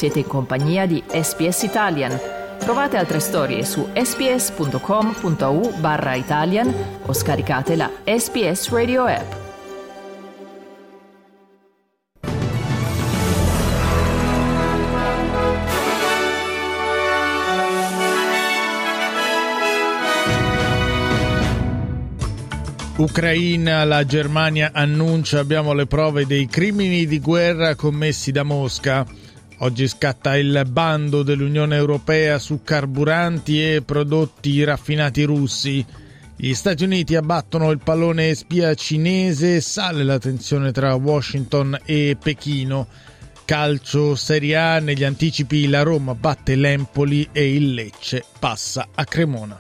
Siete in compagnia di SBS Italian. Trovate altre storie su sbs.com.au/Italian o scaricate la SBS Radio app. Ucraina, la Germania annuncia: abbiamo le prove dei crimini di guerra commessi da Mosca. Oggi scatta il bando dell'Unione Europea su carburanti e prodotti raffinati russi. Gli Stati Uniti abbattono il pallone spia cinese, sale la tensione tra Washington e Pechino. Calcio Serie A, negli anticipi la Roma batte l'Empoli e il Lecce passa a Cremona.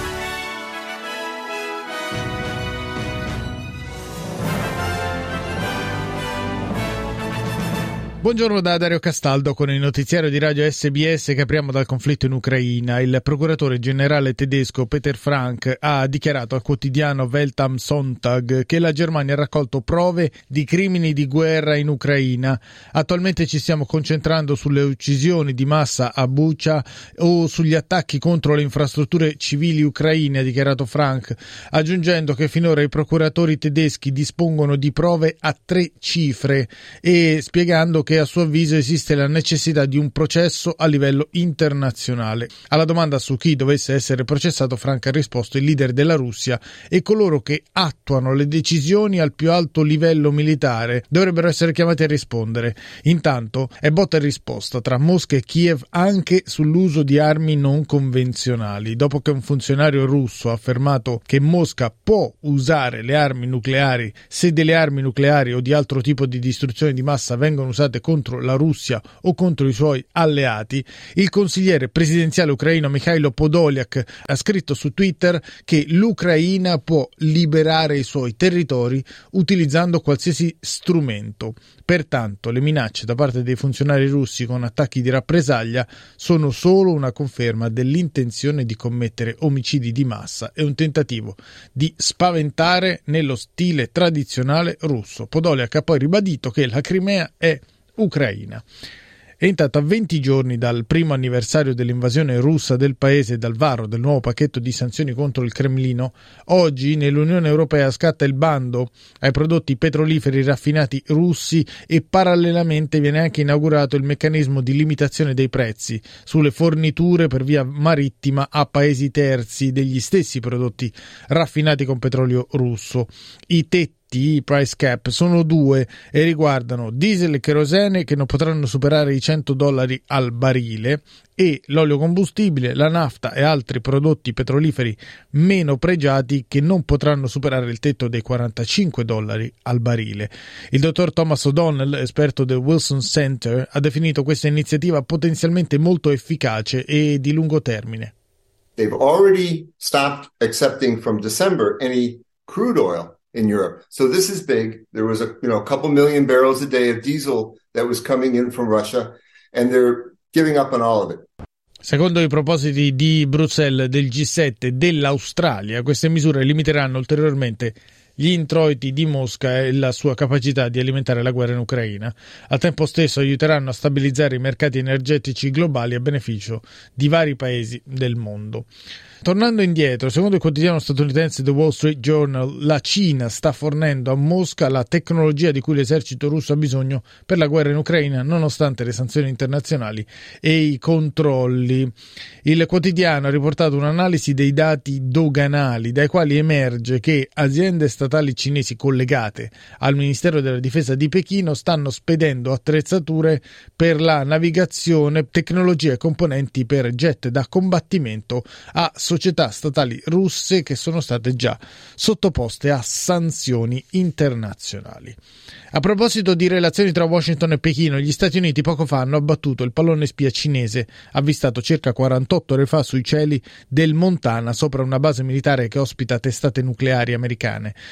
Buongiorno da Dario Castaldo con il notiziario di Radio SBS che apriamo dal conflitto in Ucraina. Il procuratore generale tedesco Peter Frank ha dichiarato al quotidiano Welt am Sonntag che la Germania ha raccolto prove di crimini di guerra in Ucraina. Attualmente ci stiamo concentrando sulle uccisioni di massa a Bucha o sugli attacchi contro le infrastrutture civili ucraine, ha dichiarato Frank, aggiungendo che finora i procuratori tedeschi dispongono di prove a 3 cifre e spiegando che a suo avviso esiste la necessità di un processo a livello internazionale. Alla domanda su chi dovesse essere processato, Frank ha risposto: il leader della Russia e coloro che attuano le decisioni al più alto livello militare dovrebbero essere chiamati a rispondere. Intanto è botta e risposta tra Mosca e Kiev anche sull'uso di armi non convenzionali, dopo che un funzionario russo ha affermato che Mosca può usare le armi nucleari se delle armi nucleari o di altro tipo di distruzione di massa vengono usate contro la Russia o contro i suoi alleati. Il consigliere presidenziale ucraino Mikhailo Podolyak ha scritto su Twitter che l'Ucraina può liberare i suoi territori utilizzando qualsiasi strumento. Pertanto le minacce da parte dei funzionari russi con attacchi di rappresaglia sono solo una conferma dell'intenzione di commettere omicidi di massa e un tentativo di spaventare nello stile tradizionale russo. Podolyak ha poi ribadito che la Crimea è Ucraina. E intanto, a 20 giorni dal primo anniversario dell'invasione russa del paese e dal varo del nuovo pacchetto di sanzioni contro il Cremlino, oggi nell'Unione Europea scatta il bando ai prodotti petroliferi raffinati russi e parallelamente viene anche inaugurato il meccanismo di limitazione dei prezzi sulle forniture per via marittima a paesi terzi degli stessi prodotti raffinati con petrolio russo. I tetti, i price cap, sono 2 e riguardano diesel e kerosene che non potranno superare i $100 al barile e l'olio combustibile, la nafta e altri prodotti petroliferi meno pregiati che non potranno superare il tetto dei $45 al barile. Il dottor Thomas O'Donnell, esperto del Wilson Center, ha definito questa iniziativa potenzialmente molto efficace e di lungo termine. They've already stopped accepting from December any crude oil in Europe. So this is big. There was a couple million barrels a day of diesel that was coming in from Russia, and they're giving up on all of it. Secondo i propositi di Bruxelles, del G7 e dell'Australia, queste misure limiteranno ulteriormente gli introiti di Mosca e la sua capacità di alimentare la guerra in Ucraina. Al tempo stesso aiuteranno a stabilizzare i mercati energetici globali a beneficio di vari paesi del mondo. Tornando indietro, secondo il quotidiano statunitense The Wall Street Journal, la Cina sta fornendo a Mosca la tecnologia di cui l'esercito russo ha bisogno per la guerra in Ucraina, nonostante le sanzioni internazionali e i controlli. Il quotidiano ha riportato un'analisi dei dati doganali, dai quali emerge che aziende statali cinesi collegate al Ministero della Difesa di Pechino stanno spedendo attrezzature per la navigazione, tecnologie e componenti per jet da combattimento a società statali russe che sono state già sottoposte a sanzioni internazionali. A proposito di relazioni tra Washington e Pechino, gli Stati Uniti poco fa hanno abbattuto il pallone spia cinese avvistato circa 48 ore fa sui cieli del Montana sopra una base militare che ospita testate nucleari americane.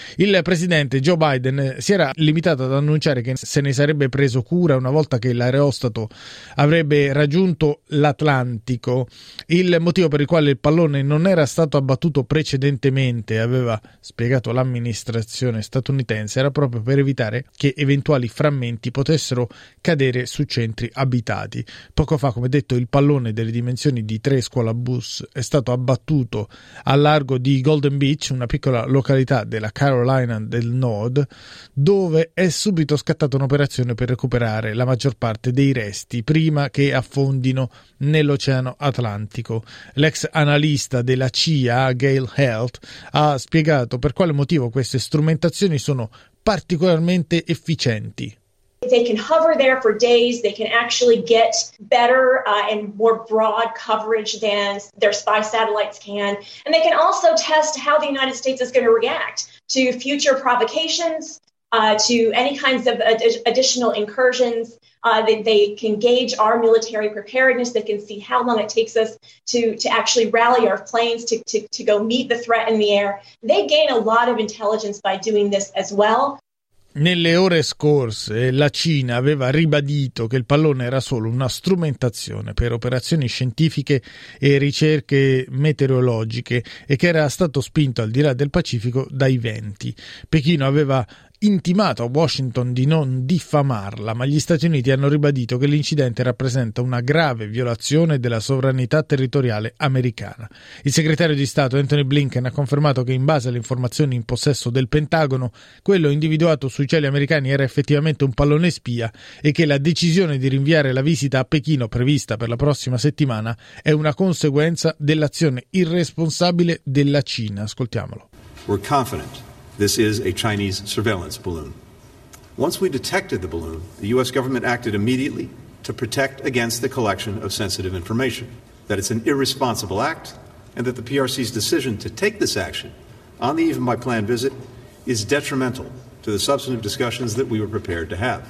Il presidente Joe Biden si era limitato ad annunciare che se ne sarebbe preso cura una volta che l'aerostato avrebbe raggiunto l'Atlantico. Il motivo per il quale il pallone non era stato abbattuto precedentemente, aveva spiegato l'amministrazione statunitense, era proprio per evitare che eventuali frammenti potessero cadere su centri abitati. Poco fa, come detto, il pallone delle dimensioni di 3 scuolabus è stato abbattuto al largo di Golden Beach, una piccola località della Carolina del Nord, dove è subito scattata un'operazione per recuperare la maggior parte dei resti prima che affondino nell'Oceano Atlantico. L'ex analista della CIA, Gail Health, ha spiegato per quale motivo queste strumentazioni sono particolarmente efficienti. They can hover there for days. They can actually get better and more broad coverage than their spy satellites can. And they can also test how the United States is going to react to future provocations, to any kinds of additional incursions. They can gauge our military preparedness. They can see how long it takes us to actually rally our planes to go meet the threat in the air. They gain a lot of intelligence by doing this as well. Nelle ore scorse la Cina aveva ribadito che il pallone era solo una strumentazione per operazioni scientifiche e ricerche meteorologiche e che era stato spinto al di là del Pacifico dai venti. Pechino aveva intimato a Washington di non diffamarla, ma gli Stati Uniti hanno ribadito che l'incidente rappresenta una grave violazione della sovranità territoriale americana. Il segretario di Stato Anthony Blinken ha confermato che in base alle informazioni in possesso del Pentagono, quello individuato sui cieli americani era effettivamente un pallone spia e che la decisione di rinviare la visita a Pechino prevista per la prossima settimana è una conseguenza dell'azione irresponsabile della Cina. Ascoltiamolo. We're confident this is a Chinese surveillance balloon. Once we detected the balloon, the U.S. government acted immediately to protect against the collection of sensitive information, that it's an irresponsible act, and that the PRC's decision to take this action on the eve of my planned visit is detrimental to the substantive discussions that we were prepared to have.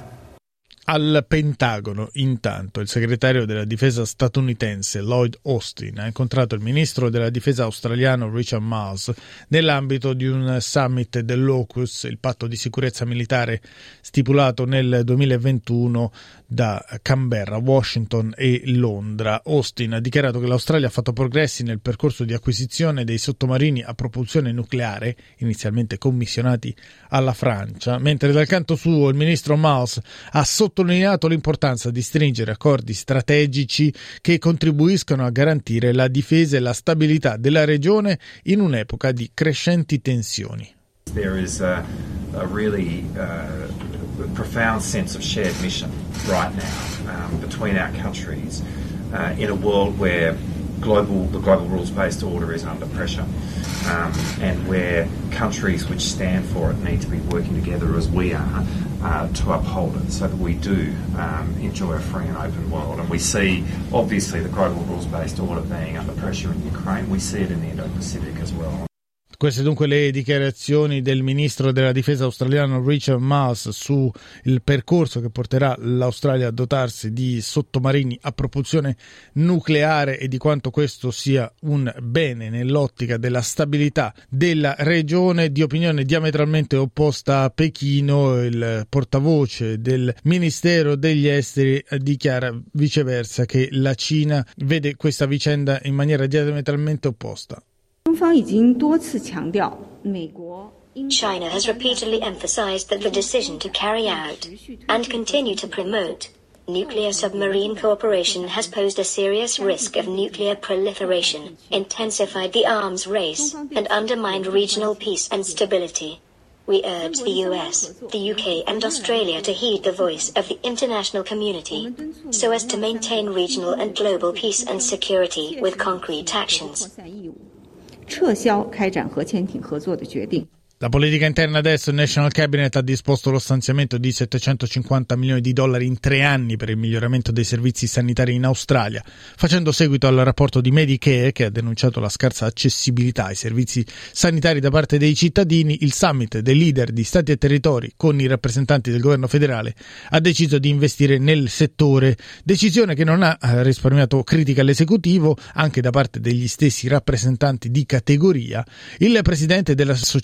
Al Pentagono, intanto, il segretario della difesa statunitense Lloyd Austin ha incontrato il ministro della difesa australiano Richard Marles nell'ambito di un summit dell'AUKUS, il patto di sicurezza militare stipulato nel 2021 da Canberra, Washington e Londra. Austin ha dichiarato che l'Australia ha fatto progressi nel percorso di acquisizione dei sottomarini a propulsione nucleare, inizialmente commissionati alla Francia, mentre dal canto suo il ministro Marles ha sottolineato l'importanza di stringere accordi strategici che contribuiscano a garantire la difesa e la stabilità della regione in un'epoca di crescenti tensioni. There is a really profound sense of shared mission right now between our countries in a world where the global rules-based order is under pressure and where countries which stand for it need to be working together as we are to uphold it so that we do enjoy a free and open world. And we see, obviously, the global rules-based order being under pressure in Ukraine. We see it in the Indo-Pacific as well. Queste dunque le dichiarazioni del ministro della difesa australiano Richard Marles sul percorso che porterà l'Australia a dotarsi di sottomarini a propulsione nucleare e di quanto questo sia un bene nell'ottica della stabilità della regione. Di opinione diametralmente opposta a Pechino, il portavoce del Ministero degli Esteri dichiara viceversa che la Cina vede questa vicenda in maniera diametralmente opposta. China has repeatedly emphasized that the decision to carry out and continue to promote nuclear submarine cooperation has posed a serious risk of nuclear proliferation, intensified the arms race, and undermined regional peace and stability. We urge the US, the UK and Australia to heed the voice of the international community, so as to maintain regional and global peace and security with concrete actions. 撤销开展核潜艇合作的决定。 La politica interna adesso, il National Cabinet ha disposto lo stanziamento di $750 milioni in 3 anni per il miglioramento dei servizi sanitari in Australia, facendo seguito al rapporto di Medicare che ha denunciato la scarsa accessibilità ai servizi sanitari da parte dei cittadini. Il summit dei leader di stati e territori con i rappresentanti del governo federale ha deciso di investire nel settore, decisione che non ha risparmiato critica all'esecutivo anche da parte degli stessi rappresentanti di categoria. Il presidente dell'associazione dei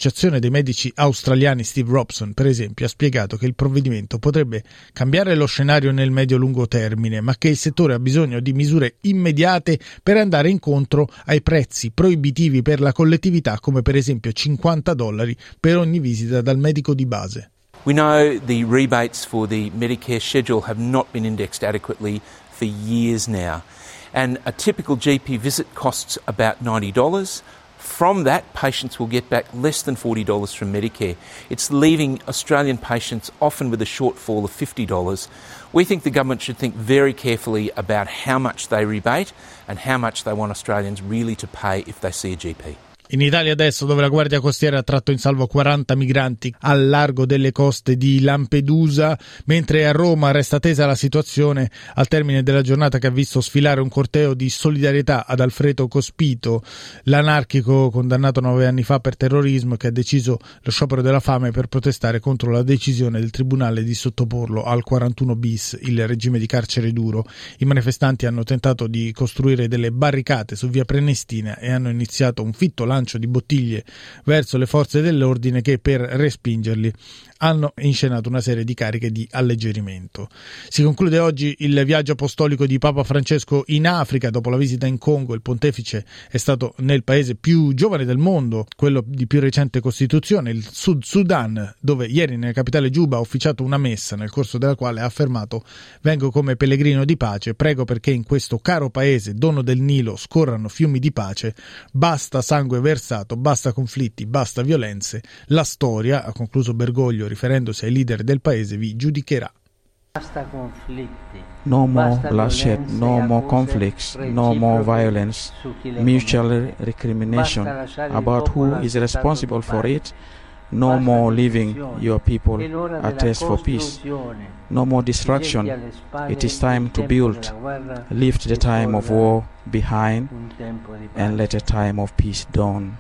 dei medici australiani Steve Robson, per esempio, ha spiegato che il provvedimento potrebbe cambiare lo scenario nel medio-lungo termine, ma che il settore ha bisogno di misure immediate per andare incontro ai prezzi proibitivi per la collettività, come per esempio $50 per ogni visita dal medico di base. We know the rebates for the Medicare schedule have not been indexed adequately for years now, and a typical GP visit costs about $90. From that, patients will get back less than $40 from Medicare. It's leaving Australian patients often with a shortfall of $50. We think the government should think very carefully about how much they rebate and how much they want Australians really to pay if they see a GP. In Italia adesso, dove la Guardia Costiera ha tratto in salvo 40 migranti al largo delle coste di Lampedusa, mentre a Roma resta tesa la situazione al termine della giornata che ha visto sfilare un corteo di solidarietà ad Alfredo Cospito, l'anarchico condannato 9 anni fa per terrorismo, che ha deciso lo sciopero della fame per protestare contro la decisione del tribunale di sottoporlo al 41 bis, il regime di carcere duro. I manifestanti hanno tentato di costruire delle barricate su via Prenestina e hanno iniziato un fitto lancio di bottiglie verso le forze dell'ordine che, per respingerli, hanno inscenato una serie di cariche di alleggerimento. Si conclude oggi il viaggio apostolico di Papa Francesco in Africa. Dopo la visita in Congo, il pontefice è stato nel paese più giovane del mondo, quello di più recente costituzione, il Sud Sudan, dove ieri nella capitale Giuba ha ufficiato una messa nel corso della quale ha affermato: vengo come pellegrino di pace, prego perché in questo caro paese, dono del Nilo, scorrano fiumi di pace, basta sangue versato, basta conflitti, basta violenze, la storia, ha concluso Bergoglio riferendosi ai leader del paese, vi giudicherà. No more bloodshed, no more conflicts, no more violence, mutual recrimination about who is responsible for it, no more leaving your people at rest for peace, no more destruction. It is time to build, leave the time of war behind and let a time of peace dawn.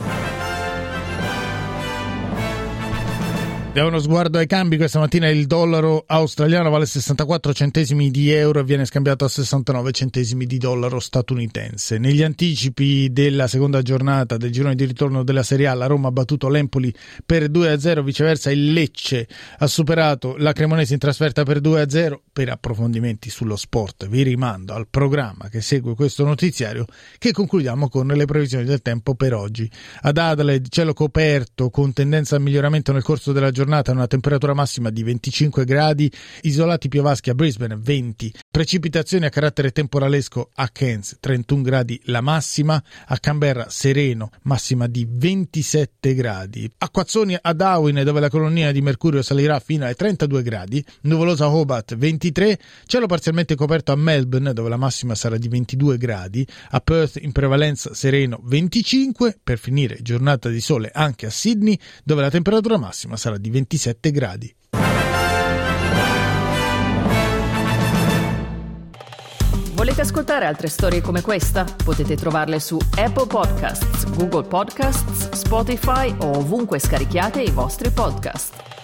Diamo uno sguardo ai cambi. Questa mattina il dollaro australiano vale 64 centesimi di euro e viene scambiato a 69 centesimi di dollaro statunitense. Negli anticipi della seconda giornata del girone di ritorno della Serie A, la Roma ha battuto l'Empoli per 2-0, viceversa il Lecce ha superato la Cremonese in trasferta per 2-0. Per approfondimenti sullo sport vi rimando al programma che segue questo notiziario, che concludiamo con le previsioni del tempo per oggi. Ad Adelaide cielo coperto con tendenza al miglioramento nel corso della giornata, una temperatura massima di 25 gradi, isolati piovaschi a Brisbane 20, precipitazioni a carattere temporalesco a Cairns 31 gradi la massima, a Canberra sereno, massima di 27 gradi, acquazzoni a Darwin dove la colonnina di mercurio salirà fino ai 32 gradi, nuvolosa a Hobart 23, cielo parzialmente coperto a Melbourne dove la massima sarà di 22 gradi, a Perth in prevalenza sereno 25, per finire giornata di sole anche a Sydney dove la temperatura massima sarà di 27 gradi. Volete ascoltare altre storie come questa? Potete trovarle su Apple Podcasts, Google Podcasts, Spotify o ovunque scarichiate i vostri podcast.